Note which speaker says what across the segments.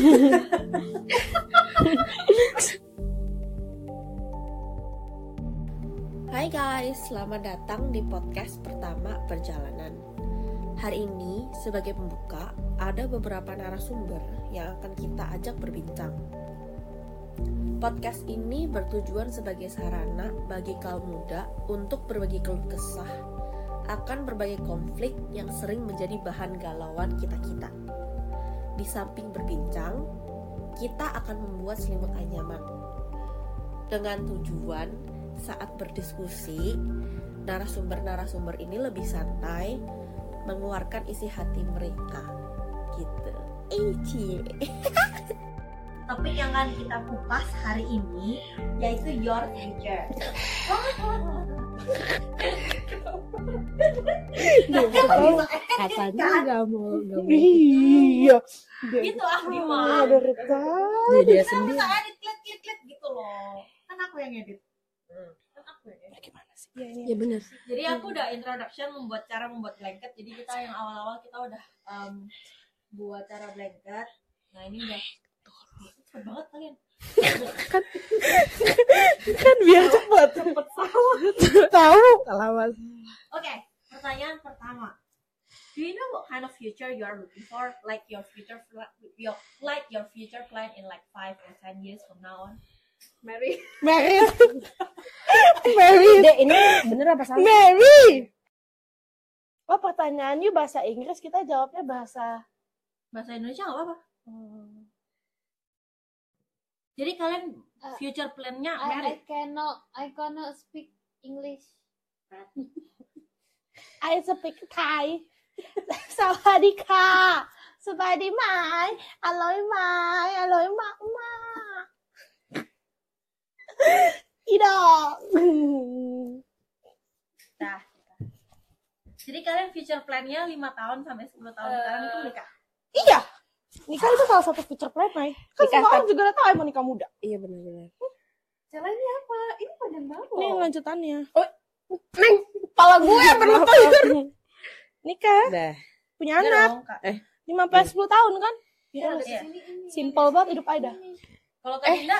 Speaker 1: Hai guys, selamat datang di podcast pertama Perjalanan. Hari ini sebagai pembuka, ada beberapa narasumber yang akan kita ajak berbincang. Podcast ini bertujuan sebagai sarana bagi kaum muda untuk berbagi keluh kesah akan berbagai konflik yang sering menjadi bahan galauan kita-kita. Di samping berbincang, kita akan membuat selimut anyaman. Dengan tujuan saat berdiskusi, narasumber-narasumber ini lebih santai, mengeluarkan isi hati mereka. Gitu.
Speaker 2: Topik yang akan kita kupas hari ini yaitu your future.
Speaker 3: Katanya nggak mau.
Speaker 4: Iya.
Speaker 2: Gitu mah.
Speaker 4: Dari tadi.
Speaker 3: Dia
Speaker 2: Kan
Speaker 3: sendiri.
Speaker 2: bisa edit klik gitu loh. Kan aku yang edit.
Speaker 4: Gimana sih? Ya, ini.
Speaker 3: Ya benar.
Speaker 2: Jadi aku udah introduction cara membuat blanket. Jadi kita yang awal-awal kita udah buat cara blanket. Nah ini udah cepet banget kalian.
Speaker 4: Kan biar cepat. Tahu.
Speaker 3: Salah.
Speaker 2: Oke, pertanyaan pertama. Do you know what kind of future you are looking for? Like your future plan in like 5 or 10 years from now on?
Speaker 4: Mary.
Speaker 3: Dek, ini bener apa salah?
Speaker 4: Mary. Oh, pertanyaannya bahasa Inggris, kita jawabnya bahasa
Speaker 2: Indonesia nggak apa-apa. Jadi kalian future plan-nya married?
Speaker 5: I cannot speak English.
Speaker 4: I speak Thai. Sawadika. Sabadi mai. Aloy mak. Idong.
Speaker 2: Nah. Jadi kalian future plan-nya 5 tahun sampai 10 tahun sekarang itu nikah?
Speaker 4: Iya. Nikah itu salah satu future plan, Mai. Kan
Speaker 3: Nikah
Speaker 4: semua orang juga udah tahu mau nikah muda.
Speaker 3: Iya benar.
Speaker 5: Cara ini apa? Ini panjang banget.
Speaker 4: Ini yang lanjutannya.
Speaker 3: Neng, kepala gue berlutut.
Speaker 4: Nikah,
Speaker 3: Dah.
Speaker 4: punya anak. 15-10 tahun kan? Ya,
Speaker 2: Iya.
Speaker 4: simple banget hidup Aida.
Speaker 2: Kalau Kak Dinda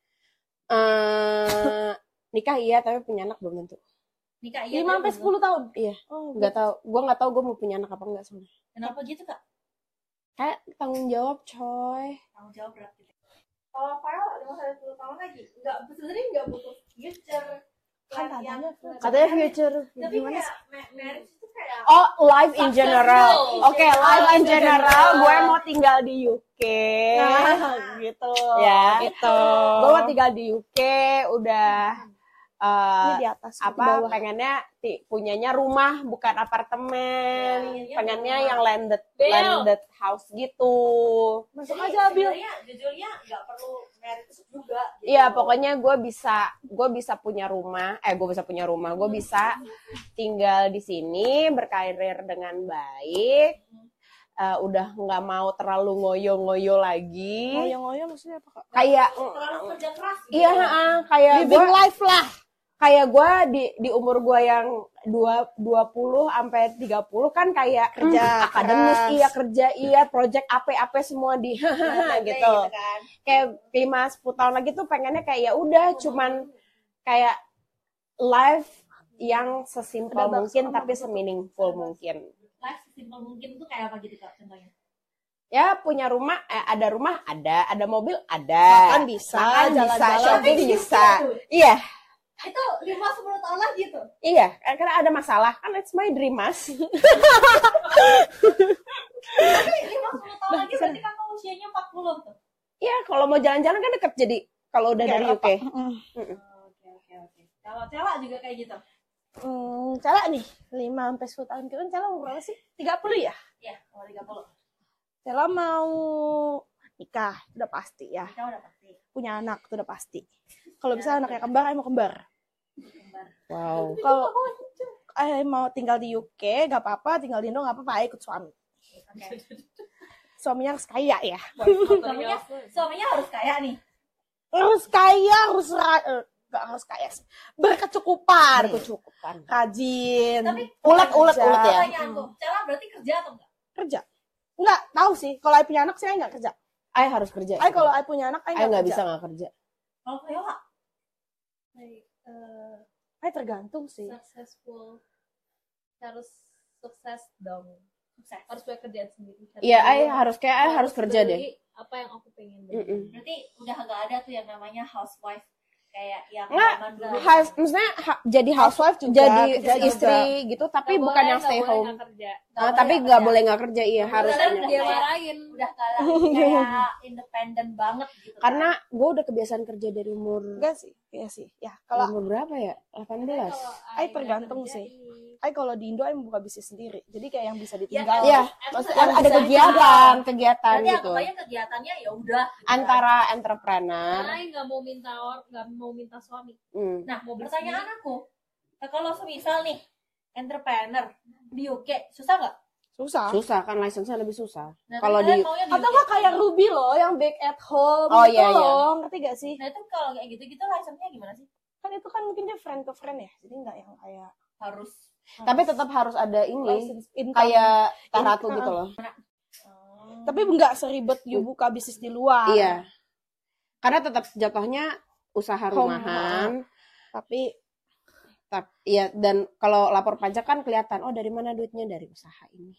Speaker 3: Nikah iya tapi punya anak belum tentu.
Speaker 2: nikah iya.
Speaker 4: 5-10 tahun.
Speaker 3: Iya.
Speaker 4: Oh,
Speaker 3: Nggak tahu. Gue nggak tahu gue mau punya anak apa enggak sebenarnya.
Speaker 2: Kenapa gitu Kak?
Speaker 3: Kayak tanggung jawab coy.
Speaker 2: Tanggung jawab berat gitu. Kalau Farel 5-10 tahun lagi, sebenarnya nggak butuh future.
Speaker 4: Kan
Speaker 2: plan
Speaker 4: katanya future.
Speaker 2: Tapi
Speaker 4: Gimana
Speaker 2: kayak
Speaker 4: sih?
Speaker 2: marriage itu kayak
Speaker 3: Oh, life in general. Oke, life in general.
Speaker 4: general.
Speaker 3: Gue mau tinggal di UK.
Speaker 4: Nah, gitu.
Speaker 3: Ya.
Speaker 4: Gitu.
Speaker 3: Gue mau tinggal di UK. Udah.
Speaker 4: Ini di atas, di
Speaker 3: Apa
Speaker 4: bawah.
Speaker 3: pengennya punyanya rumah bukan apartemen,
Speaker 2: Iya,
Speaker 3: pengennya
Speaker 2: rumah.
Speaker 3: yang landed
Speaker 2: Bill.
Speaker 3: house gitu.
Speaker 4: Masuk
Speaker 2: Jadi
Speaker 4: aja, Bil.
Speaker 2: sebenarnya jujurnya nggak perlu marriage juga. Gitu.
Speaker 3: Iya, pokoknya gue bisa punya rumah, gue bisa tinggal di sini, berkarir dengan baik. Udah nggak mau terlalu ngoyo-ngoyo lagi.
Speaker 4: Ngoyo-ngoyo maksudnya apa, Kak?
Speaker 3: Kayak
Speaker 2: Terlalu kerja keras. Gitu.
Speaker 3: iya, kayak
Speaker 4: Living
Speaker 3: gue
Speaker 4: life lah.
Speaker 3: kayak gue di umur gue yang 20 sampai 30 kan kayak
Speaker 4: Kerja
Speaker 3: akademis
Speaker 4: keras.
Speaker 3: kerja project AP semua di gitu.
Speaker 2: Kan.
Speaker 3: Kayak 5-10 tahun lagi tuh pengennya kayak ya udah cuman kayak life yang sesimpel
Speaker 4: Udah
Speaker 3: mungkin
Speaker 4: bakso
Speaker 3: tapi semeaningful mungkin.
Speaker 2: Life sesimpel mungkin tuh kayak apa gitu Kak contohnya?
Speaker 3: Ya punya rumah, ada mobil ada.
Speaker 4: Makan bisa,
Speaker 3: Makan bisa,
Speaker 4: jalan-jalan
Speaker 3: shopping
Speaker 2: bisa.
Speaker 3: bisa. Iya.
Speaker 2: Itu 5-10 tahun lagi tuh.
Speaker 3: Iya, karena ada masalah kan it's my dream mas.
Speaker 2: Tapi 5-10 tahun lagi berarti kakak usianya 40 tuh.
Speaker 3: Iya, kalau mau jalan-jalan kan deket jadi kalau udah dari UK.
Speaker 2: Oke. Kalau Cela juga kayak gitu.
Speaker 4: Cala nih 5-10 tahun kira Cala umur berapa sih? 30 ya?
Speaker 2: Iya, kalau 30.
Speaker 4: Cala mau nikah udah pasti ya.
Speaker 2: Kita udah pasti.
Speaker 4: Punya anak udah pasti. Kalau bisa anaknya kembar, mau kembar.
Speaker 2: Kembar.
Speaker 3: Wow.
Speaker 4: Kalau mau tinggal di UK gak apa-apa, tinggal di Indo gak apa-apa, ikut suami.
Speaker 2: Oke.
Speaker 4: Suaminya harus kaya ya.
Speaker 2: Suaminya harus kaya nih.
Speaker 4: Harus kaya, gak harus kaya sih. Berkecukupan. Rajin.
Speaker 2: Tapi
Speaker 3: Ulet ya.
Speaker 2: pertanyaanku, Cela berarti kerja atau enggak?
Speaker 4: Kerja. Enggak tahu sih. Kalau punya anak sih enggak kerja.
Speaker 3: Ai harus kerja.
Speaker 4: Ai kalau Ai punya anak, Ai
Speaker 3: Ai nggak
Speaker 4: kerja.
Speaker 3: bisa nggak kerja.
Speaker 2: Kalau Viola
Speaker 5: Like,
Speaker 4: Ai tergantung sih.
Speaker 5: successful. Harus sukses dong.
Speaker 2: sukses.
Speaker 5: Harus punya kerjaan sendiri.
Speaker 3: Iya, Ai harus kerja deh.
Speaker 5: beli apa yang aku pengen beli.
Speaker 3: Mm-mm.
Speaker 2: Berarti udah nggak ada tuh yang namanya housewife kayak yang
Speaker 3: Nggak,
Speaker 2: zaman dulu.
Speaker 3: Maksudnya jadi housewife
Speaker 4: juga,
Speaker 3: jadi
Speaker 4: kerja juga.
Speaker 3: istri gitu, tapi
Speaker 5: Nggak
Speaker 3: bukan
Speaker 5: boleh,
Speaker 3: yang
Speaker 5: nggak
Speaker 3: stay
Speaker 5: boleh
Speaker 3: home.
Speaker 5: nggak kerja.
Speaker 3: Tapi nggak boleh nggak kerja, iya harus
Speaker 2: Beneran
Speaker 3: punya.
Speaker 5: Dia
Speaker 2: kayak-
Speaker 5: marahin.
Speaker 2: Udah kayak independen banget gitu.
Speaker 3: Karena gue udah kebiasaan kerja dari umur
Speaker 4: Enggak sih, iya sih. Ya, kalau
Speaker 3: umur berapa ya? 18.
Speaker 4: Ai tergantung sih. Ai kalau di Indo Ai membuka bisnis sendiri. Jadi kayak yang bisa
Speaker 2: Ya,
Speaker 4: ditinggal.
Speaker 3: Iya, maksudnya ada kegiatan
Speaker 2: berarti
Speaker 3: gitu.
Speaker 2: anggap aja kegiatannya ya udah. gitu.
Speaker 3: Antara entrepreneur.
Speaker 5: Ai nggak mau minta suami.
Speaker 2: Nah, pertanyaan aku, kalau semisal nih entrepreneur di UK susah nggak?
Speaker 4: Susah.
Speaker 3: Susah kan, license-nya lebih susah.
Speaker 2: Nah,
Speaker 3: Kalau
Speaker 2: kalian
Speaker 3: di
Speaker 2: maunya
Speaker 4: Atau
Speaker 2: UK?
Speaker 4: nggak kayak Ruby loh yang bake at home
Speaker 3: Oh,
Speaker 4: gitu
Speaker 3: iya, iya.
Speaker 4: loh. Ngerti gak sih?
Speaker 2: Nah itu kalau kayak gitu-gitu license-nya gimana sih?
Speaker 4: Kan itu kan mungkin dia friend to friend ya. Jadi nggak yang kayak
Speaker 2: Harus.
Speaker 3: tapi tetap harus ada ini
Speaker 4: license income.
Speaker 3: kayak Taratu
Speaker 4: Ini,
Speaker 3: gitu loh.
Speaker 4: Tapi nggak seribet you buka bisnis di luar.
Speaker 3: Iya. Karena tetap jatuhnya usaha
Speaker 4: Home,
Speaker 3: rumahan.
Speaker 4: Tapi
Speaker 3: Iya, dan kalau lapor pajak kan kelihatan, oh dari mana duitnya, dari usaha ini.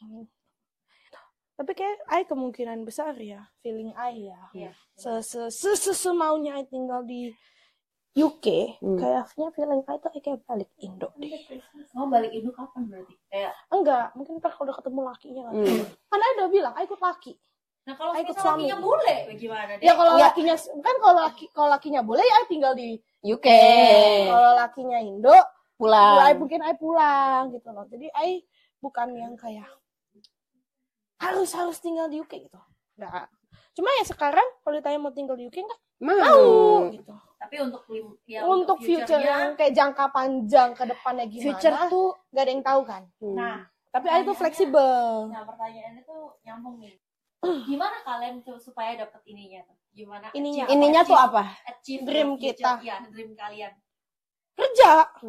Speaker 4: kayak Ai kemungkinan besar ya, feeling Ai ya.
Speaker 2: Iya.
Speaker 4: Semaunya Ai tinggal di UK, kayaknya feeling Ai tuh Ai kayak balik Indo deh.
Speaker 2: Mau balik Indo kapan berarti? Kayak
Speaker 4: Enggak, mungkin ntar kalau udah ketemu lakinya kan. Kan Ai udah bilang, Ai ikut laki.
Speaker 2: nah kalau
Speaker 4: Ikut
Speaker 2: misalnya
Speaker 4: suami.
Speaker 2: lakinya boleh gimana deh?
Speaker 4: Ya kalau
Speaker 3: Iya.
Speaker 4: lakinya, kan kalau lakinya boleh ya Ai tinggal di
Speaker 3: UK
Speaker 4: Kalau lakinya Indo,
Speaker 3: pulang.
Speaker 4: mungkin Ai pulang gitu loh. Jadi Ai bukan yang kayak harus tinggal di UK gitu. Enggak. Cuma ya sekarang kalau ditanya mau tinggal di UK enggak mau gitu.
Speaker 2: Tapi untuk
Speaker 4: Untuk future yang kayak jangka panjang ke depannya gimana?
Speaker 3: Future tuh
Speaker 4: Gak ada yang tahu kan.
Speaker 2: Nah,
Speaker 4: Tapi Ai tuh fleksibel.
Speaker 2: nah pertanyaannya tuh nyambung nih. Gimana kalian tuh supaya dapet ininya tuh? Gimana?
Speaker 4: Ininya.
Speaker 2: achieve-
Speaker 3: ininya tuh
Speaker 2: achieve-
Speaker 3: apa?
Speaker 2: achieve
Speaker 4: Dream
Speaker 2: your future.
Speaker 4: kita.
Speaker 2: Ya, dream kalian.
Speaker 4: Kerja.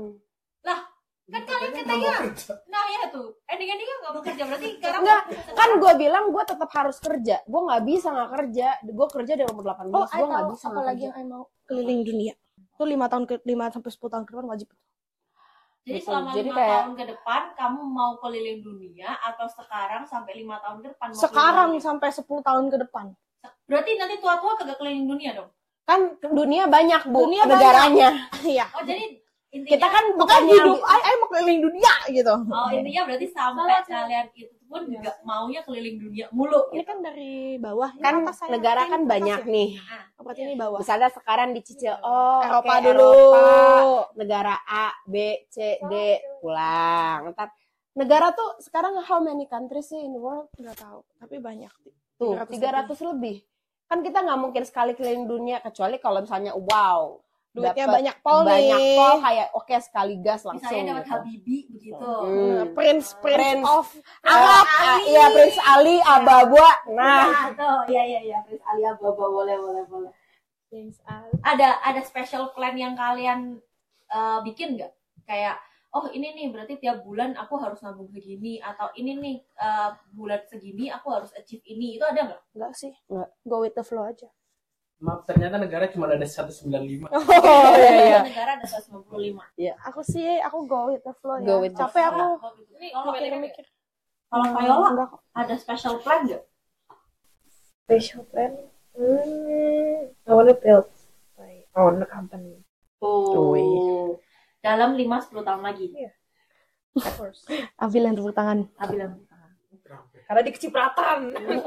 Speaker 2: Kan kalian katanya, nah ya tuh, ending-endingnya nggak mau kerja berarti sekarang
Speaker 3: Enggak, kan gue bilang gue tetap harus kerja. Gue nggak bisa nggak kerja. Gue kerja dari umur 18.
Speaker 4: Oh, Ai
Speaker 3: Gue nggak
Speaker 4: tahu
Speaker 3: bisa
Speaker 4: apa
Speaker 3: nggak
Speaker 4: lagi
Speaker 3: kerja.
Speaker 4: yang Ai mau keliling dunia. Itu 5 sampai 10 tahun ke depan wajib.
Speaker 2: Jadi
Speaker 3: Gitu.
Speaker 2: selama
Speaker 3: Jadi
Speaker 2: 5
Speaker 3: kayak-
Speaker 2: tahun ke depan kamu mau keliling dunia atau sekarang sampai 5 tahun ke depan mau
Speaker 4: Sekarang
Speaker 2: keliling dunia?
Speaker 4: sampai 10 tahun ke depan.
Speaker 2: Berarti nanti tua-tua kagak keliling dunia dong?
Speaker 3: Kan dunia banyak bu,
Speaker 4: Dunia
Speaker 3: negaranya.
Speaker 4: Iya.
Speaker 2: Oh jadi intinya
Speaker 3: Kita kan
Speaker 4: Bukan
Speaker 3: bukan
Speaker 4: hidup Ai mau keliling dunia gitu.
Speaker 2: oh intinya berarti sampai kalian itu pun juga maunya keliling dunia mulu
Speaker 4: Ini
Speaker 2: gitu.
Speaker 4: kan dari bawah. Ini
Speaker 3: kan
Speaker 4: atas saya.
Speaker 3: negara
Speaker 4: Ini
Speaker 3: kan
Speaker 4: atas
Speaker 3: banyak
Speaker 4: ya?
Speaker 3: nih.
Speaker 4: Oh, berarti ini bawah.
Speaker 3: Misalnya sekarang dicicil, oh
Speaker 4: Eropa
Speaker 3: oke,
Speaker 4: dulu.
Speaker 3: Eropa, negara A, B, C, D, pulang. Ntar negara tuh sekarang how many countries sih in the world?
Speaker 4: Nggak tahu, tapi banyak.
Speaker 3: Tuh
Speaker 4: 300
Speaker 3: 300 lebih. Kan kita nggak mungkin sekali keliling dunia kecuali kalau misalnya wow,
Speaker 4: Duitnya
Speaker 3: dapet
Speaker 4: banyak pol
Speaker 3: banyak
Speaker 4: nih.
Speaker 3: pol kayak oke sekali gas langsung.
Speaker 2: Misalnya dapat
Speaker 3: gitu.
Speaker 2: Habibi begitu.
Speaker 4: Prince of
Speaker 3: Arab, iya Prince Ali, Ababa. Nah,
Speaker 2: Nah, tuh, iya Prince Ali Ababa boleh.
Speaker 5: Prince Al.
Speaker 2: Ada special plan yang kalian bikin nggak? Kayak oh ini nih berarti tiap bulan aku harus nabung segini atau ini nih bulan segini aku harus achieve ini, itu ada nggak?
Speaker 4: Enggak sih.
Speaker 3: Nggak.
Speaker 4: Go with the flow aja.
Speaker 6: Maaf, ternyata negara cuma ada 195.
Speaker 3: oh iya.
Speaker 2: Negara ada 195.
Speaker 4: Aku sih, aku go with the flow ya.
Speaker 3: Go with the
Speaker 4: Capek aku
Speaker 2: Ini kalau
Speaker 4: mikir-mikir.
Speaker 2: kalau Viola
Speaker 4: Enggak kok.
Speaker 2: ada special plan nggak?
Speaker 7: Special plan. I wanna build my own company.
Speaker 2: Oh. Dalam 5-10 tahun lagi.
Speaker 7: Of course.
Speaker 4: Abil yang tepuk tangan.
Speaker 2: Abi bilang
Speaker 7: Karena di kecipratan.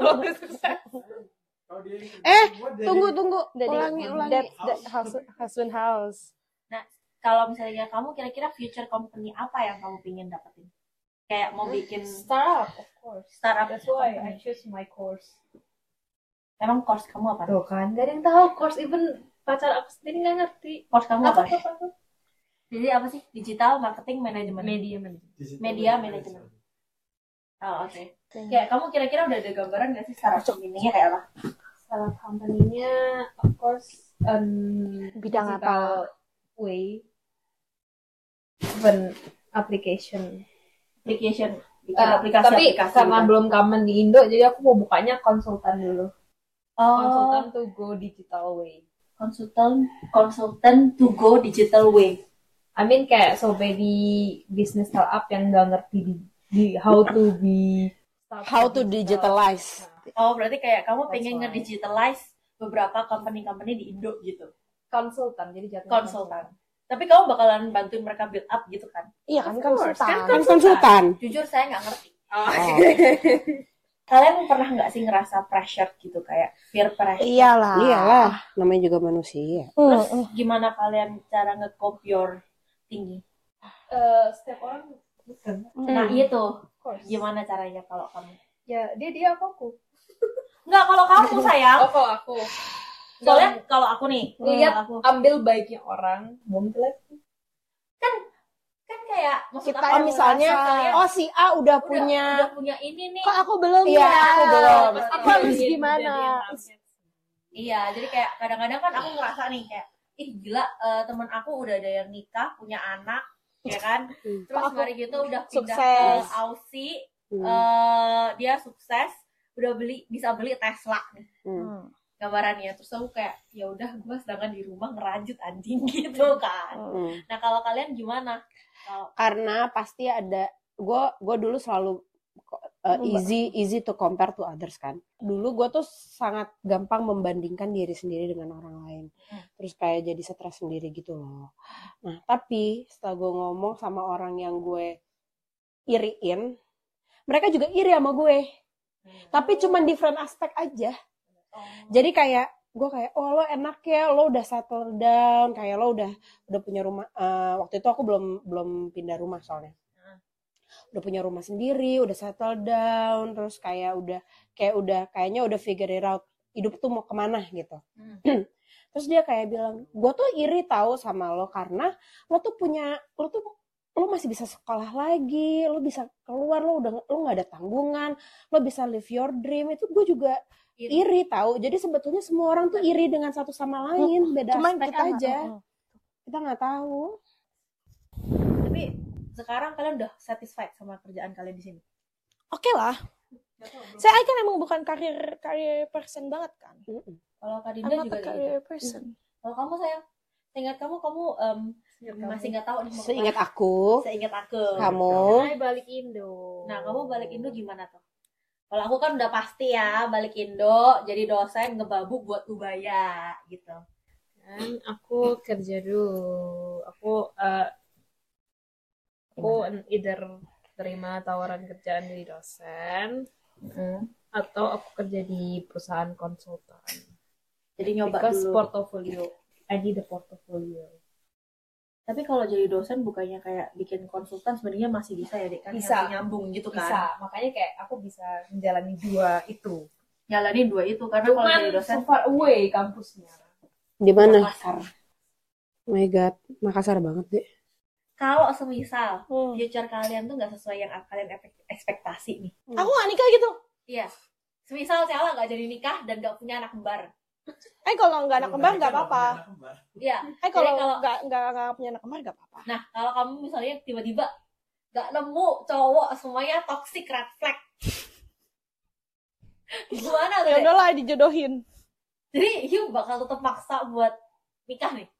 Speaker 3: Tunggu.
Speaker 4: Ulangi.
Speaker 3: Ulangi.
Speaker 4: That husband house.
Speaker 2: kalau misalnya kamu kira-kira future company apa yang kamu pingin dapetin? Kayak mau bikin
Speaker 7: Startup, of course.
Speaker 2: startup.
Speaker 7: That's why
Speaker 2: company.
Speaker 7: I choose my course.
Speaker 2: Emang course kamu apa?
Speaker 7: Tuh kan, gak ada yang tahu course, even pacar aku sendiri nggak ngerti.
Speaker 2: Course kamu apa?
Speaker 7: Apa?
Speaker 2: Jadi apa sih? Digital marketing management.
Speaker 7: Media management.
Speaker 2: Media management. Oh, oke. Kayak kamu kira-kira udah ada gambaran nggak sih startup company-nya kayak apa?
Speaker 7: Startup company-nya, of course,
Speaker 4: Bidang
Speaker 7: digital way, even application.
Speaker 2: Application. Bikin
Speaker 7: Tapi
Speaker 2: aplikasi-aplikasi.
Speaker 7: karena
Speaker 2: gitu.
Speaker 7: belum common di Indo, jadi aku mau bukanya konsultan dulu. Konsultan to go digital way.
Speaker 2: Konsultan to go digital way.
Speaker 7: I mean kayak so many business startup yang nggak ngerti di how to
Speaker 3: digitalize.
Speaker 2: Oh, berarti kayak kamu pengen
Speaker 7: why.
Speaker 2: nge-digitalize beberapa company-company di Indo gitu.
Speaker 7: Konsultan, jadi jatuhnya
Speaker 2: Konsultan. Tapi kamu bakalan bantuin mereka build up gitu kan?
Speaker 4: Iya kan
Speaker 2: Of course,
Speaker 4: konsultan.
Speaker 3: Kan konsultan.
Speaker 2: Jujur saya nggak ngerti.
Speaker 3: Oh.
Speaker 2: Kalian pernah nggak sih ngerasa pressure gitu kayak peer pressure?
Speaker 4: Iyalah.
Speaker 3: Iyalah, namanya juga manusia.
Speaker 2: Terus gimana kalian cara nge-cope your tinggi?
Speaker 7: Setiap orang bukan.
Speaker 2: Nah itu
Speaker 7: Of course.
Speaker 2: gimana caranya kalau kamu?
Speaker 7: Ya dia aku.
Speaker 2: Nggak, kalau kamu sayang.
Speaker 7: Oh kalau aku.
Speaker 2: Soalnya kalau aku nih,
Speaker 7: Lihat
Speaker 2: kalau aku
Speaker 7: ambil baiknya orang, belum jelek.
Speaker 2: kan kayak maksud
Speaker 4: Kita
Speaker 2: aku
Speaker 4: misalnya,
Speaker 2: ngerasa kalian
Speaker 3: Oh, si A udah punya.
Speaker 2: udah punya ini nih.
Speaker 4: kok aku belum
Speaker 3: Iya,
Speaker 4: ya?
Speaker 3: aku belum.
Speaker 4: Aku harus gimana?
Speaker 2: Iya, jadi kayak kadang-kadang kan aku ngerasa nih kayak ih gila, teman aku udah ada yang nikah, punya anak, ya kan? Terus
Speaker 4: Kok aku
Speaker 2: hari gitu udah pindah
Speaker 4: sukses.
Speaker 2: ke Aussie,
Speaker 3: Hmm.
Speaker 2: dia sukses, udah bisa beli Tesla nih
Speaker 3: Hmm.
Speaker 2: gambarannya. Terus aku kayak ya udah gue sedangkan di rumah ngerajut anjing gitu kan.
Speaker 3: Hmm.
Speaker 2: Nah, kalau kalian gimana? Kalau
Speaker 3: Karena pasti ada gue dulu selalu easy to compare to others kan. Dulu gue tuh sangat gampang membandingkan diri sendiri dengan orang lain. Terus kayak jadi stres sendiri gitu loh. Nah, tapi setelah gue ngomong sama orang yang gue iriin, mereka juga iri sama gue. Tapi cuman different aspek aja. Jadi kayak gue kayak oh lo enak ya, lo udah settle down, kayak lo udah punya rumah. Waktu itu aku belum pindah rumah soalnya. Udah punya rumah sendiri, udah settle down, terus kayak kayaknya udah figure it out hidup tuh mau kemana gitu. Terus dia kayak bilang, gue tuh iri tahu sama lo karena lo masih bisa sekolah lagi, lo bisa keluar, lo nggak ada tanggungan, lo bisa live your dream. Itu gue juga iri tahu. Jadi sebetulnya semua orang tuh iri dengan satu sama lain, beda
Speaker 4: Cuman
Speaker 3: aspek
Speaker 4: kita
Speaker 3: aja. Kita nggak tahu.
Speaker 2: tapi sekarang kalian udah satisfied sama kerjaan kalian di sini?
Speaker 4: Oke lah. Saya kan emang bukan karir person banget kan.
Speaker 2: Kalau Kak
Speaker 4: I'm
Speaker 2: Dinda
Speaker 4: not
Speaker 2: juga
Speaker 4: a
Speaker 2: kayak gitu.
Speaker 4: career person.
Speaker 2: Kalau kamu sayang, seingat kamu masih nggak tahu nih mau
Speaker 3: Seingat
Speaker 2: kemana.
Speaker 3: aku,
Speaker 2: Seingat aku.
Speaker 3: kamu
Speaker 7: Saya balik Indo.
Speaker 2: Nah, kamu balik Indo gimana tuh? Kalau aku kan udah pasti ya balik Indo jadi dosen ngebabu buat Ubaya gitu.
Speaker 7: Kan aku kerja dulu. Aku either terima tawaran kerjaan jadi dosen atau aku kerja di perusahaan konsultan.
Speaker 2: Jadi nyoba
Speaker 7: Because
Speaker 2: dulu.
Speaker 7: portfolio, I need a portfolio.
Speaker 2: Tapi kalau jadi dosen bukannya kayak bikin konsultan sebenarnya masih bisa ya, Dek? Kan
Speaker 7: Bisa.
Speaker 2: masih nyambung gitu kan.
Speaker 7: Bisa, makanya kayak aku bisa menjalani dua itu.
Speaker 2: Nyalanin dua itu karena kalau
Speaker 7: Cuman
Speaker 2: jadi dosen
Speaker 7: so far away kampusnya.
Speaker 3: di mana?
Speaker 2: Makassar.
Speaker 3: Oh my god, Makassar banget deh.
Speaker 2: Kalau semisal future kalian tuh nggak sesuai yang kalian ekspektasi nih.
Speaker 4: Aku gak nikah gitu.
Speaker 2: Iya. Semisal Cella nggak jadi nikah dan nggak punya anak kembar.
Speaker 4: Kalau nggak anak kembar nggak apa-apa.
Speaker 2: Iya.
Speaker 4: Kalau
Speaker 2: Jadi kalau
Speaker 4: nggak punya anak kembar nggak apa-apa.
Speaker 2: Nah, kalau kamu misalnya tiba-tiba nggak nemu cowok semuanya toxic red flag. Gimana tuh,
Speaker 4: Ya
Speaker 2: Dek?
Speaker 4: udahlah dijodohin.
Speaker 2: Jadi you bakal tetap maksa buat nikah nih.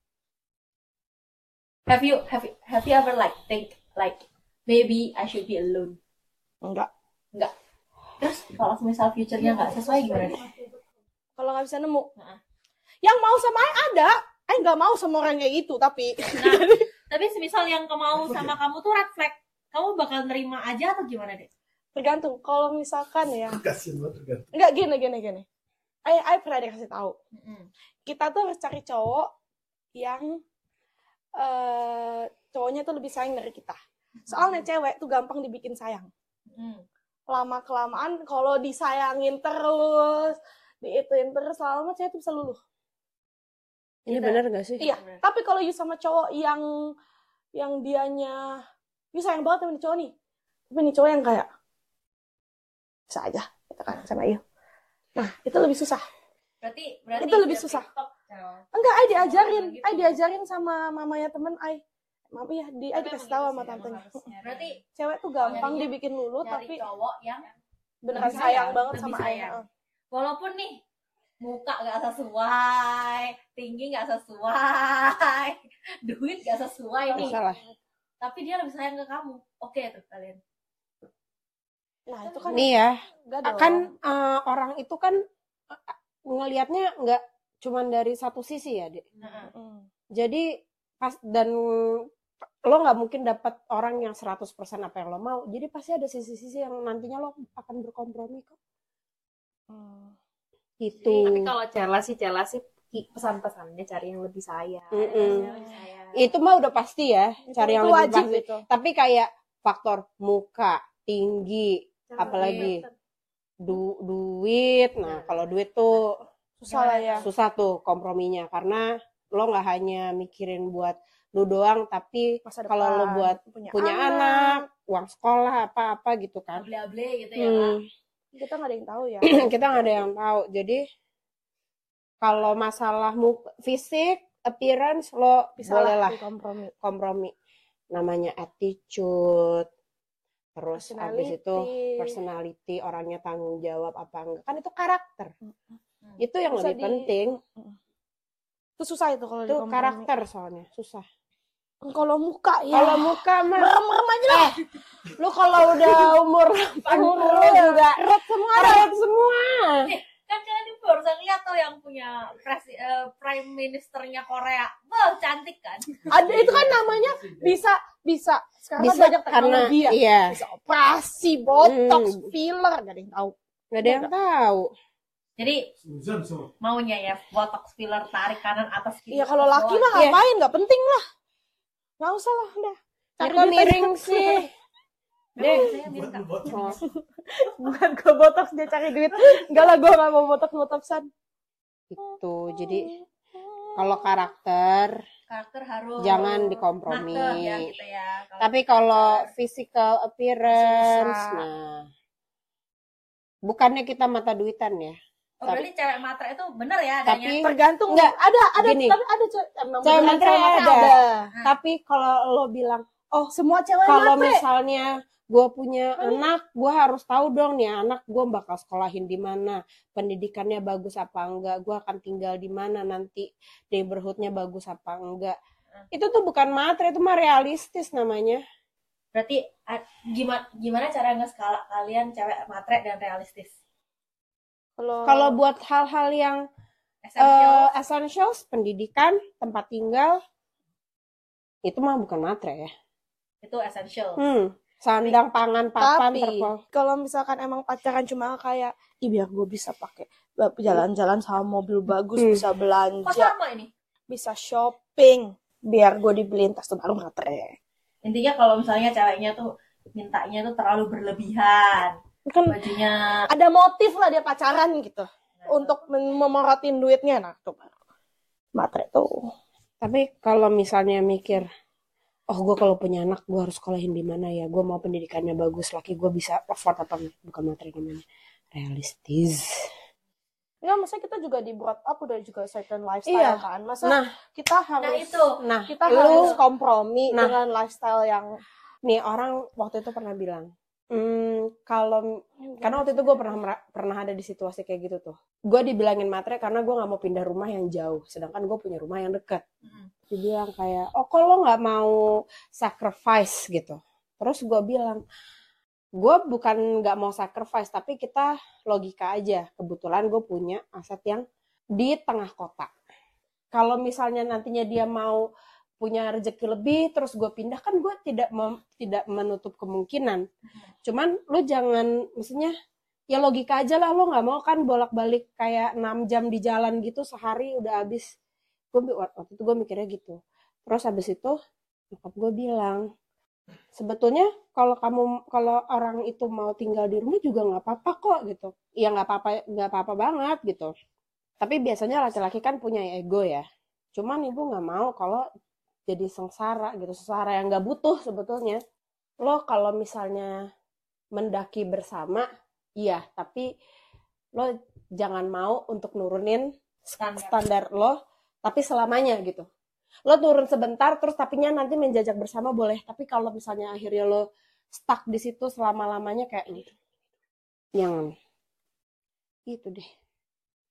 Speaker 2: Have you ever think maybe I should be alone?
Speaker 4: Enggak.
Speaker 2: Terus kalau misal future-nya nggak sesuai gimana?
Speaker 4: Kalau nggak bisa nemu.
Speaker 2: Nah.
Speaker 4: Yang mau sama Ai ada. Ai nggak mau sama orang kayak itu tapi.
Speaker 2: Nah, tapi semisal yang mau sama kamu tuh red flag, kamu bakal nerima aja atau gimana deh?
Speaker 4: Tergantung. Kalau misalkan ya.
Speaker 6: Kasian banget tergantung.
Speaker 4: Enggak gini. Ai pernah dikasih tahu. Kita tuh harus cari cowok yang cowoknya tuh lebih sayang dari kita. Soalnya cewek tuh gampang dibikin sayang. Lama kelamaan kalau disayangin terus, diituin terus, lama cewek tuh bisa luluh.
Speaker 3: Ini benar gak sih?
Speaker 4: Iya. Tapi kalau you sama cowok yang dianya, you sayang banget sama nih cowok nih. Tapi nih cowok yang kayak bisa aja, gitu kan sama you. Nah, itu lebih susah.
Speaker 2: Berarti
Speaker 4: Itu lebih susah. Enggak, Ai diajarin sama mamanya temen Ai. Mami ya, Ai dikasih tahu sama tantenya.
Speaker 2: Berarti
Speaker 4: Cewek tuh gampang
Speaker 2: Nyarinya-
Speaker 4: dibikin lulu,
Speaker 2: nyari
Speaker 4: tapi
Speaker 2: cowok yang
Speaker 4: beneran
Speaker 2: lebih
Speaker 4: sayang
Speaker 2: sayang,
Speaker 4: banget
Speaker 2: lebih
Speaker 4: sama
Speaker 2: sayang.
Speaker 4: Ai.
Speaker 2: walaupun nih muka nggak sesuai, tinggi nggak sesuai, duit nggak sesuai nih,
Speaker 3: Masalah.
Speaker 2: tapi dia lebih sayang ke kamu. Oke tuh kalian.
Speaker 4: Nah itu kan
Speaker 3: Nih ya,
Speaker 4: enggak dong.
Speaker 3: kan orang itu kan ngelihatnya nggak cuman dari satu sisi ya, Dek.
Speaker 4: Mm.
Speaker 3: Jadi pas dan lo nggak mungkin dapat orang yang 100% apa yang lo mau. Jadi pasti ada sisi-sisi yang nantinya lo akan berkompromi kok. Gitu.
Speaker 7: Tapi kalau Cela sih pesan-pesannya cari yang lebih sayang.
Speaker 3: Itu mah udah pasti ya, cari yang
Speaker 4: Itu
Speaker 3: lebih
Speaker 4: wajib
Speaker 3: pasti.
Speaker 4: itu.
Speaker 3: Tapi kayak faktor muka, tinggi, apalagi duit. Nah, kalau duit tuh
Speaker 4: Susah lah ya.
Speaker 3: susah tuh komprominya karena lo nggak hanya mikirin buat lu doang, tapi
Speaker 4: Masa
Speaker 3: kalau lo
Speaker 4: depan,
Speaker 3: buat punya anak, uang sekolah apa-apa gitu kan.
Speaker 2: Able-able gitu ya Kak.
Speaker 4: kita nggak ada yang tahu ya.
Speaker 3: Kita nggak ada yang tahu. Jadi kalau masalah fisik, appearance lo
Speaker 4: Bisa
Speaker 3: boleh
Speaker 4: lah
Speaker 3: lah
Speaker 4: kompromi.
Speaker 3: kompromi. Namanya attitude. Terus habis itu personality, orangnya tanggung jawab apa enggak. Kan itu karakter. Itu yang
Speaker 4: Bisa
Speaker 3: lebih penting.
Speaker 4: Itu susah itu kalau
Speaker 3: Itu
Speaker 4: dikompromi.
Speaker 3: karakter soalnya, susah.
Speaker 4: Kalau muka ya.
Speaker 3: Kalau muka mah
Speaker 4: merem aja lah.
Speaker 3: lu kalau udah umur 80 juga red semua.
Speaker 2: Kan kalian ini barusan lihat tuh yang punya prime ministernya Korea. Wah, cantik kan?
Speaker 4: Ada itu kan namanya bisa sekarang
Speaker 3: Bisa
Speaker 4: banyak
Speaker 3: karena
Speaker 4: teknologi ya.
Speaker 3: iya,
Speaker 4: Bisa operasi, botox, filler, gak ada yang tahu.
Speaker 3: nggak ada yang tahu.
Speaker 2: Jadi maunya ya botox, filler, tarik kanan atas kiri.
Speaker 4: Iya kalau laki mah
Speaker 3: Iya.
Speaker 4: ngapain? Nggak penting lah. Nggak usah lah udah. Cari
Speaker 3: Kok
Speaker 4: duit
Speaker 3: miring
Speaker 4: aja.
Speaker 3: sih?
Speaker 2: Saya minta.
Speaker 3: Oh.
Speaker 4: Bukan ke botox dia cari duit. Enggak lah gue nggak mau botoxan.
Speaker 3: Itu jadi kalau karakter
Speaker 2: Karakter harus
Speaker 3: jangan dikompromi.
Speaker 2: nakeh ya gitu ya.
Speaker 3: Tapi kalau physical appearance,
Speaker 4: Susah.
Speaker 3: nah bukannya kita mata duitan ya.
Speaker 2: berarti cewek matre itu bener ya adanya.
Speaker 3: Tapi
Speaker 4: Tergantung.
Speaker 3: Enggak,
Speaker 4: ada
Speaker 3: gini.
Speaker 4: tapi ada emang
Speaker 3: Cewek
Speaker 4: beneran
Speaker 3: matre
Speaker 4: cewek
Speaker 3: ada.
Speaker 4: ada.
Speaker 3: Tapi kalau lo bilang
Speaker 4: Semua cewek
Speaker 3: kalau
Speaker 4: matre.
Speaker 3: misalnya gue punya anak, gue harus tahu dong nih anak gue bakal sekolahin di mana, pendidikannya bagus apa enggak, gue akan tinggal di mana nanti, neighborhoodnya bagus apa enggak. Itu tuh bukan matre, itu mah realistis namanya.
Speaker 2: Berarti gimana cara nge-skala kalian cewek matre dan realistis?
Speaker 3: Kalau buat hal-hal yang essentials, pendidikan, tempat tinggal, itu mah bukan matre ya.
Speaker 2: Itu essential.
Speaker 3: Sandang, pangan, papan,
Speaker 4: tapi kalau misalkan emang pacaran cuma kayak biar gue bisa pakai jalan-jalan sama mobil bagus, bisa
Speaker 2: Kok
Speaker 4: belanja,
Speaker 2: sama ini?
Speaker 4: bisa shopping, biar gue dibeliin tas tuh baru matre.
Speaker 2: Intinya kalau misalnya ceweknya tuh mintanya tuh terlalu berlebihan.
Speaker 4: Kan
Speaker 2: Bajunya
Speaker 4: ada motif lah dia pacaran gitu untuk memorotin duitnya. Nah tuh baru matre tuh.
Speaker 3: Tapi kalau misalnya mikir, gue kalau punya anak gue harus sekolahin di mana ya, gue mau pendidikannya bagus, laki gue bisa afford apa enggak, bukan materi namanya, realistis.
Speaker 4: Ya maksudnya kita juga di brought up udah juga certain lifestyle kan. Masa kita harus kita harus kompromi dengan lifestyle yang
Speaker 3: nih orang waktu itu pernah bilang, kalau karena waktu itu gue pernah ada di situasi kayak gitu tuh, gue dibilangin matre karena gue nggak mau pindah rumah yang jauh, sedangkan gue punya rumah yang dekat. Dibilang kayak, kok lo nggak mau sacrifice gitu. Terus gue bilang, gue bukan nggak mau sacrifice, tapi kita logika aja. Kebetulan gue punya aset yang di tengah kota. Kalau misalnya nantinya dia mau punya rezeki lebih, terus gue pindah, kan gue tidak menutup kemungkinan. Cuman lo jangan, maksudnya ya logika aja lah, lo nggak mau kan bolak-balik kayak 6 jam di jalan gitu sehari udah habis. Waktu itu gue mikirnya gitu. Terus habis itu nyokap gue bilang, sebetulnya kalau orang itu mau tinggal di rumah juga nggak apa-apa kok gitu. Ya nggak apa-apa banget gitu. Tapi biasanya laki-laki kan punya ego ya. Cuman ibu nggak mau kalau jadi sengsara gitu, sengsara yang nggak butuh sebetulnya. Lo kalau misalnya mendaki bersama, iya, tapi lo jangan mau untuk nurunin standar lo, tapi selamanya gitu. Lo turun sebentar terus tapinya nanti menjajak bersama boleh, tapi kalau misalnya akhirnya lo stuck di situ selama-lamanya kayak gitu. Jangan. Gitu deh.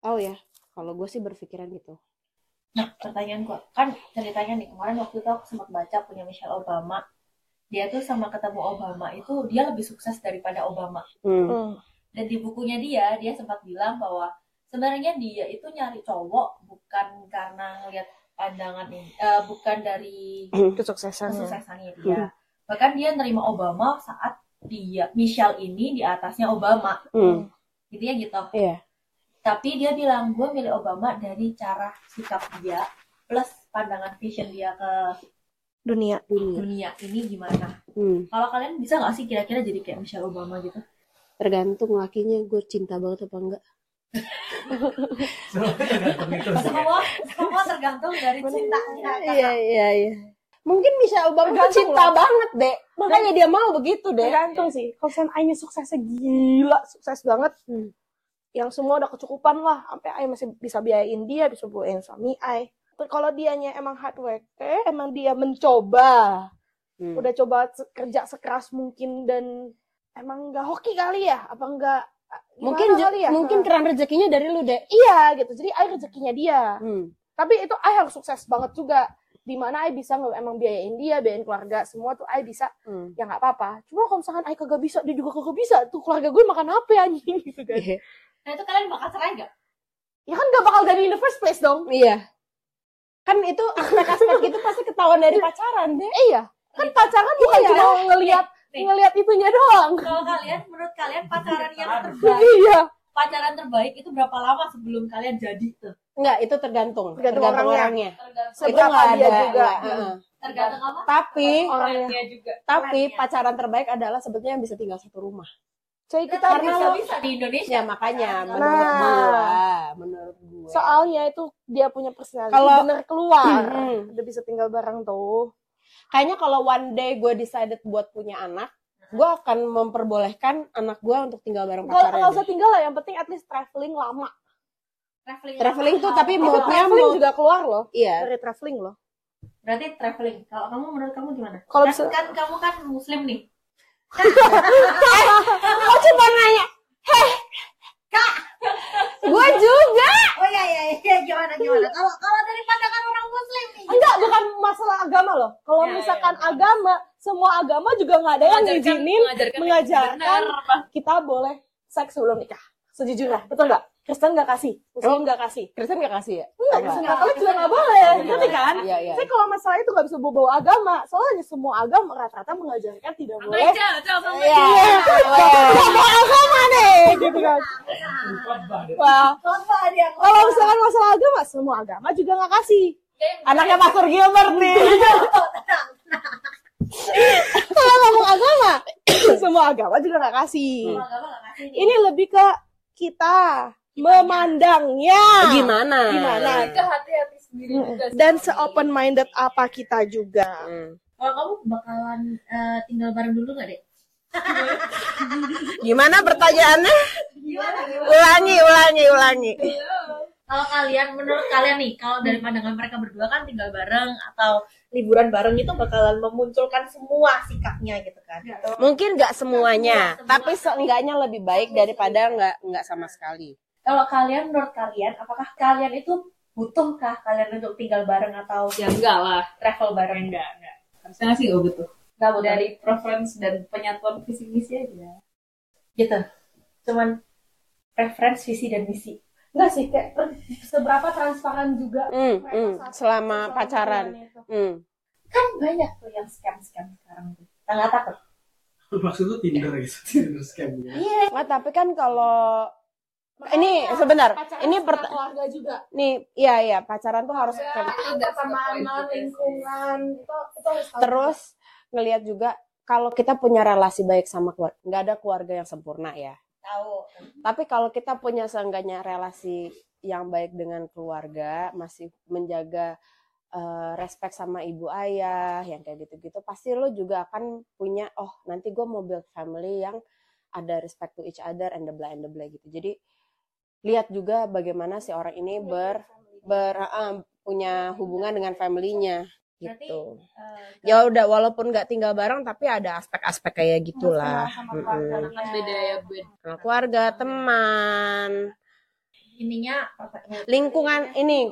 Speaker 3: Oh ya, kalau gue sih berpikiran gitu.
Speaker 2: Nah, pertanyaan gua kan ceritanya nih kemarin waktu itu aku sempat baca punya Michelle Obama. Dia tuh sama ketemu Obama itu dia lebih sukses daripada Obama. Dan di bukunya dia sempat bilang bahwa sebenarnya dia itu nyari cowok bukan karena ngelihat pandangan ini, bukan dari kesuksesannya dia. Bahkan dia nerima Obama saat Michelle ini di atasnya Obama. Gitu ya gitu.
Speaker 3: Iya.
Speaker 2: Tapi dia bilang gue milih Obama dari cara sikap dia plus pandangan vision dia ke
Speaker 4: Dunia.
Speaker 2: ini gimana. Kalau kalian bisa nggak sih kira-kira jadi kayak Michelle Obama gitu?
Speaker 3: Tergantung lakinya gue cinta banget apa enggak.
Speaker 2: Semua tergantung dari cintanya.
Speaker 3: Iya. Mungkin Michelle Obama tuh cinta banget deh. Makanya dia mau begitu deh.
Speaker 4: Tergantung sih. Kalau misalnya Ainya suksesnya gila, sukses banget. Yang semua udah kecukupan lah. Sampai Ai masih bisa biayain dia, bisa biayain suami Ai. Kalau dianya emang hard worker, emang dia mencoba. Udah coba kerja sekeras mungkin dan emang nggak hoki kali ya? Apa enggak?
Speaker 3: Mungkin keran rezekinya dari lu deh.
Speaker 4: Iya gitu. Jadi Ai rezekinya dia. Tapi itu Ai harus sukses banget juga. Dimana Ai bisa emang biayain dia, biayain keluarga, semua tuh Ai bisa, ya nggak apa-apa. Cuma kalau misalkan Ai kagak bisa, dia juga kagak bisa, tuh keluarga gue makan apa anjing gitu kan.
Speaker 2: Nah itu kalian bakal cerai gak?
Speaker 4: Ya kan gak bakal jadi in the first place dong.
Speaker 3: Iya. Kan itu aspek-aspek gitu pasti ketahuan dari pacaran deh.
Speaker 4: Iya. Kan pacaran bukan cuma ngelihat itunya doang.
Speaker 2: Kalau menurut kalian pacaran yang terbaik, pacaran terbaik itu berapa lama sebelum kalian jadi tuh?
Speaker 3: Enggak, itu tergantung orangnya.
Speaker 4: Seberapa dia juga.
Speaker 2: Tergantung apa?
Speaker 3: Tapi pacaran terbaik adalah sebetulnya yang bisa tinggal satu rumah.
Speaker 4: Jadi kita
Speaker 2: bisa di Indonesia.
Speaker 3: Ya makanya menurut gua.
Speaker 4: Soalnya itu dia punya personality bener keluar. Udah bisa tinggal bareng tuh.
Speaker 3: Kayaknya kalau one day gue decided buat punya anak, gue akan memperbolehkan anak gue untuk tinggal bareng pacarnya.
Speaker 4: Nggak usah tinggal lah, yang penting at least traveling lama.
Speaker 3: Traveling tuh tapi moodnya
Speaker 4: traveling juga keluar loh.
Speaker 3: Iya.
Speaker 4: Dari traveling loh.
Speaker 2: Berarti traveling. Kalau kamu menurut kamu gimana?
Speaker 4: Kalau
Speaker 2: kan kamu kan muslim nih.
Speaker 3: Aku cuma nanya, Kak, gue juga.
Speaker 2: Oh iya, gimana? Kalau dari pandangan orang muslim nih.
Speaker 4: Enggak, bukan masalah agama loh. Kalau misalkan agama, semua agama juga nggak ada yang ngizinin mengajarkan kita boleh seks sebelum nikah. Sejujurnya, betul nggak? Kristen nggak kasih, Muslim nggak kasih.
Speaker 3: Kristen nggak kasih ya?
Speaker 4: Enggak, Kristen Katolik juga nggak boleh, ngerti kan?
Speaker 3: Iya.
Speaker 4: Jadi kalau masalah itu nggak bisa bawa agama, soalnya semua agama rata-rata mengajarkan tidak boleh.
Speaker 3: Iya.
Speaker 4: Tidak bawa agama nih, gitu kan? Wah, kalau misalkan masalah agama, semua agama juga nggak kasih.
Speaker 3: Anaknya Pastor Gilbert nih.
Speaker 4: Kalau ngomong agama, semua agama juga nggak kasih. Ini lebih ke kita memandangnya
Speaker 3: Gimana?
Speaker 7: Hati-hati sendiri juga.
Speaker 4: Dan se-open minded apa kita juga.
Speaker 2: Kalau kamu bakalan tinggal bareng dulu nggak deh?
Speaker 3: Gimana pertanyaannya? Ulangi.
Speaker 2: Kalau menurut kalian nih, kalau dari pandangan mereka berdua kan tinggal bareng atau liburan bareng itu bakalan memunculkan semua sikapnya gitu kan?
Speaker 3: Mungkin nggak semuanya, tapi seenggaknya lebih baik daripada nggak sama sekali.
Speaker 2: Kalau menurut kalian, apakah kalian itu butuhkah kalian untuk tinggal bareng atau
Speaker 7: Ya enggak lah.
Speaker 2: travel bareng?
Speaker 7: Enggak. Harusnya sih gak butuh.
Speaker 2: Nggak butuh.
Speaker 7: Dari preference dan penyatuan visi misi aja.
Speaker 2: Gitu. Cuman preference, visi dan misi.
Speaker 4: Enggak sih, kayak seberapa transparan juga.
Speaker 3: Selama pacaran.
Speaker 2: Kan banyak tuh yang scam sekarang tuh. Nggak takut?
Speaker 6: Maksud lu Tinder gitu, Tinder scam gitu.
Speaker 2: Iya.
Speaker 3: Nggak, tapi kan kalau ini sebentar, ini
Speaker 4: keluarga juga.
Speaker 3: nih, iya pacaran tuh harus
Speaker 4: Pertemanan, lingkungan, itu harus tahu.
Speaker 3: terus ngelihat juga kalau kita punya relasi baik sama keluarga, nggak ada keluarga yang sempurna ya.
Speaker 2: Tahu.
Speaker 3: Tapi kalau kita punya seenggaknya relasi yang baik dengan keluarga, masih menjaga respect sama ibu ayah, yang kayak gitu-gitu, pasti lo juga akan punya, oh nanti gue mau build family yang ada respect to each other and the blah gitu. Jadi lihat juga bagaimana si orang ini punya hubungan dengan family-nya gitu. Ya udah, walaupun nggak tinggal bareng tapi ada aspek-aspek kayak gitulah.
Speaker 7: Kan beda ya, beda.
Speaker 3: Keluarga, teman.
Speaker 2: Ininya
Speaker 3: Lingkungan ini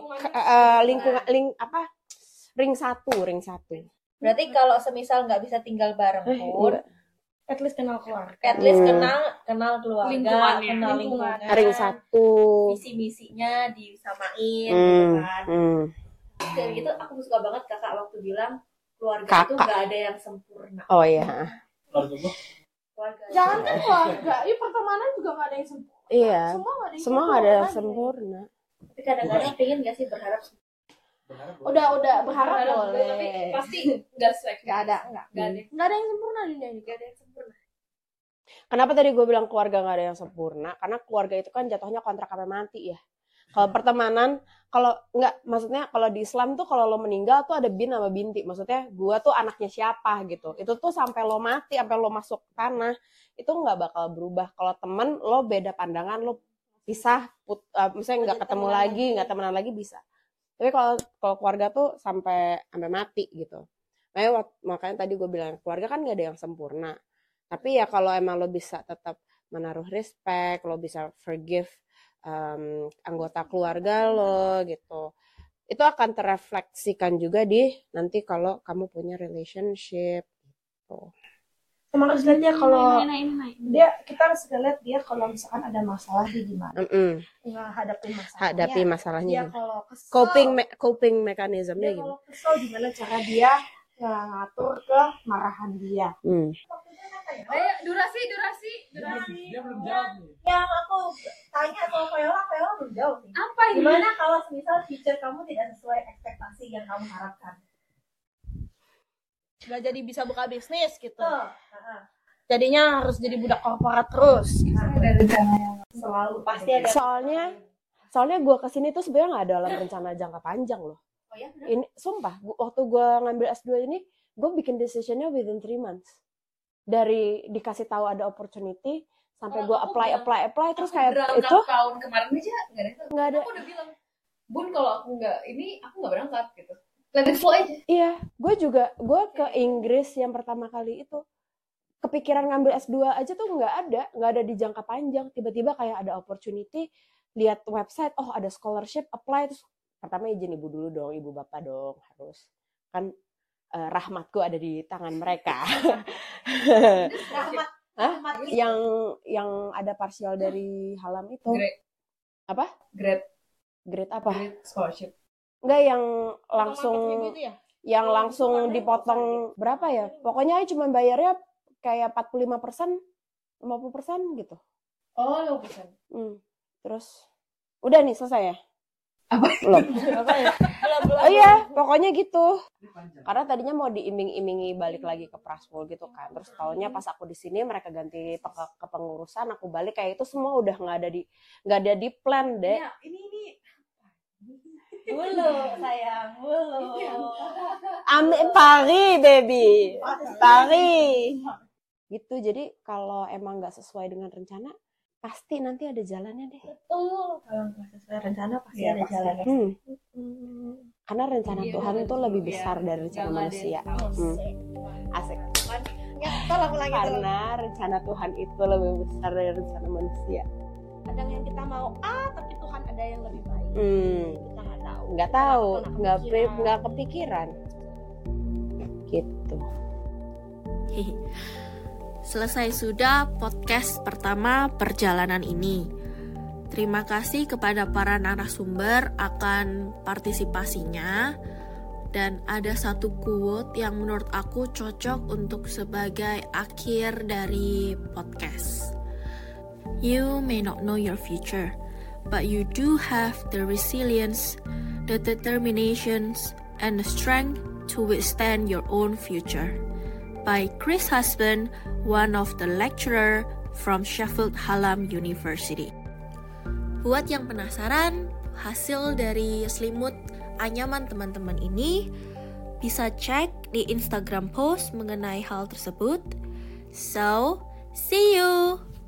Speaker 3: ring satu.
Speaker 2: berarti kalau semisal nggak bisa tinggal bareng pun,
Speaker 4: At least kenal keluarga.
Speaker 2: at least kenal keluarga,
Speaker 7: Lingkungannya.
Speaker 2: kenal lingkungan,
Speaker 3: Ring satu.
Speaker 2: visi misinya disamain, gitu kan. Kayak gitu aku suka banget kakak waktu bilang keluarga itu
Speaker 3: Kakak.
Speaker 2: nggak ada yang sempurna.
Speaker 3: Oh iya.
Speaker 6: Keluarga gua.
Speaker 2: Keluarga.
Speaker 4: Jangan kan keluarga, pertemanan juga nggak ada yang sempurna.
Speaker 3: Iya.
Speaker 4: Semua nggak ada yang
Speaker 3: Semua ada yang
Speaker 4: kan?
Speaker 3: sempurna.
Speaker 2: Tapi kadang-kadang pengen nggak sih berharap
Speaker 4: Udah berharap
Speaker 7: Tapi
Speaker 4: boleh.
Speaker 7: pasti nggak sesuai.
Speaker 4: Nggak ada.
Speaker 7: Nggak ada.
Speaker 4: Yang sempurna di dunia ini, nggak ada yang sempurna.
Speaker 3: Kenapa tadi gue bilang keluarga nggak ada yang sempurna? Karena keluarga itu kan jatuhnya kontrak sampai mati ya. Kalau pertemanan, kalau nggak, maksudnya kalau di Islam tuh kalau lo meninggal tuh ada bin sama binti. Maksudnya gue tuh anaknya siapa gitu. Itu tuh sampai lo mati, sampai lo masuk tanah, itu nggak bakal berubah. Kalau temen lo beda pandangan, lo pisah, misalnya nggak ketemu lagi, nggak temenan lagi bisa. Tapi kalau keluarga tuh sampai mati gitu. Makanya tadi gue bilang keluarga kan nggak ada yang sempurna. Tapi ya kalau emang lo bisa tetap menaruh respect, lo bisa forgive anggota keluarga lo gitu, itu akan terefleksikan juga di nanti kalau kamu punya relationship gitu.
Speaker 4: Sama harus lihat dia kalau
Speaker 7: Ini.
Speaker 4: kita harus lihat dia kalau misalkan ada masalah dia gimana menghadapi masalahnya.
Speaker 3: Hadapi masalahnya
Speaker 4: Dia
Speaker 3: gimana.
Speaker 4: kalau kesel,
Speaker 3: Coping mechanismnya
Speaker 4: dia
Speaker 3: gimana.
Speaker 4: kalau kesel gimana cara dia ngatur kemarahan dia.
Speaker 7: Ayo durasi.
Speaker 6: Dia belum jawab nih.
Speaker 2: yang aku tanya sama Viola belum jawab nih.
Speaker 7: Apa ini?
Speaker 2: Gimana kalau misal future kamu tidak sesuai ekspektasi yang kamu harapkan?
Speaker 4: Gak jadi bisa buka bisnis gitu.
Speaker 2: Heeh.
Speaker 4: Jadinya harus jadi budak korporat terus.
Speaker 2: Ada rencana yang selalu pasti ada.
Speaker 3: Soalnya gue kesini tuh sebenarnya nggak dalam rencana jangka panjang loh.
Speaker 2: Oh ya, benar?
Speaker 3: Ini sumpah, waktu gue ngambil S2 ini, gue bikin decisionnya within 3 months. Dari dikasih tahu ada opportunity sampai gue apply terus kayak
Speaker 7: berangkat
Speaker 3: itu
Speaker 7: tahun kemarin aja
Speaker 3: nggak ada.
Speaker 7: Aku udah bilang, Bun kalau aku nggak berangkat gitu. Let it flow aja.
Speaker 3: Iya, gue ke Inggris yang pertama kali itu kepikiran ngambil S2 aja tuh nggak ada di jangka panjang. Tiba-tiba kayak ada opportunity, lihat website, oh ada scholarship, apply, terus pertama izin ibu dulu dong, ibu bapak dong harus kan rahmatku ada di tangan mereka.
Speaker 2: Rahmat
Speaker 3: yang ada parsial dari Halam itu.
Speaker 7: Grade.
Speaker 3: Apa? Grade apa?
Speaker 7: Grade scholarship.
Speaker 3: Enggak yang langsung
Speaker 4: Itu ya?
Speaker 3: yang langsung dipotong berapa ya? Pokoknya cuma bayarnya kayak 45%, 50% gitu.
Speaker 7: Oh, bukan.
Speaker 3: Terus udah nih selesai ya?
Speaker 7: Apa?
Speaker 3: Belum. Oh iya, pokoknya gitu.
Speaker 6: Ini panjang.
Speaker 3: Karena tadinya mau diiming-imingi balik lagi ke Prasmul gitu kan. Terus taunya pas aku di sini mereka ganti kepengurusan, aku balik kayak itu semua udah nggak ada di plan deh.
Speaker 2: Ya, ini dulu sayang, dulu.
Speaker 3: Paris baby, Paris. Gitu. Jadi kalau emang nggak sesuai dengan rencana, pasti nanti ada jalannya deh.
Speaker 2: Betul. Kalau nggak sesuai rencana pasti
Speaker 7: Iya,
Speaker 2: ada
Speaker 7: pasti.
Speaker 2: jalannya.
Speaker 3: Karena rencana
Speaker 7: Iya,
Speaker 3: Tuhan itu lebih besar dari rencana
Speaker 7: Jangan ada
Speaker 3: manusia.
Speaker 7: yang tahu.
Speaker 3: Asik.
Speaker 2: Ya, tolong ulangi.
Speaker 3: Karena rencana Tuhan itu lebih besar dari rencana manusia.
Speaker 4: Kadang yang kita mau A, tapi Tuhan ada yang lebih baik. Kita nggak tahu.
Speaker 3: Nggak tahu,
Speaker 4: Kita
Speaker 3: nggak kepikiran. Gitu.
Speaker 1: Selesai sudah podcast pertama perjalanan ini. Terima kasih kepada para narasumber akan partisipasinya. Dan ada satu quote yang menurut aku cocok untuk sebagai akhir dari podcast. You may not know your future, but you do have the resilience, the determinations, and the strength to withstand your own future. By Chris Husband, one of the lecturer from Sheffield Hallam University. Buat yang penasaran hasil dari selimut anyaman teman-teman ini, bisa cek di Instagram post mengenai hal tersebut. So, see you!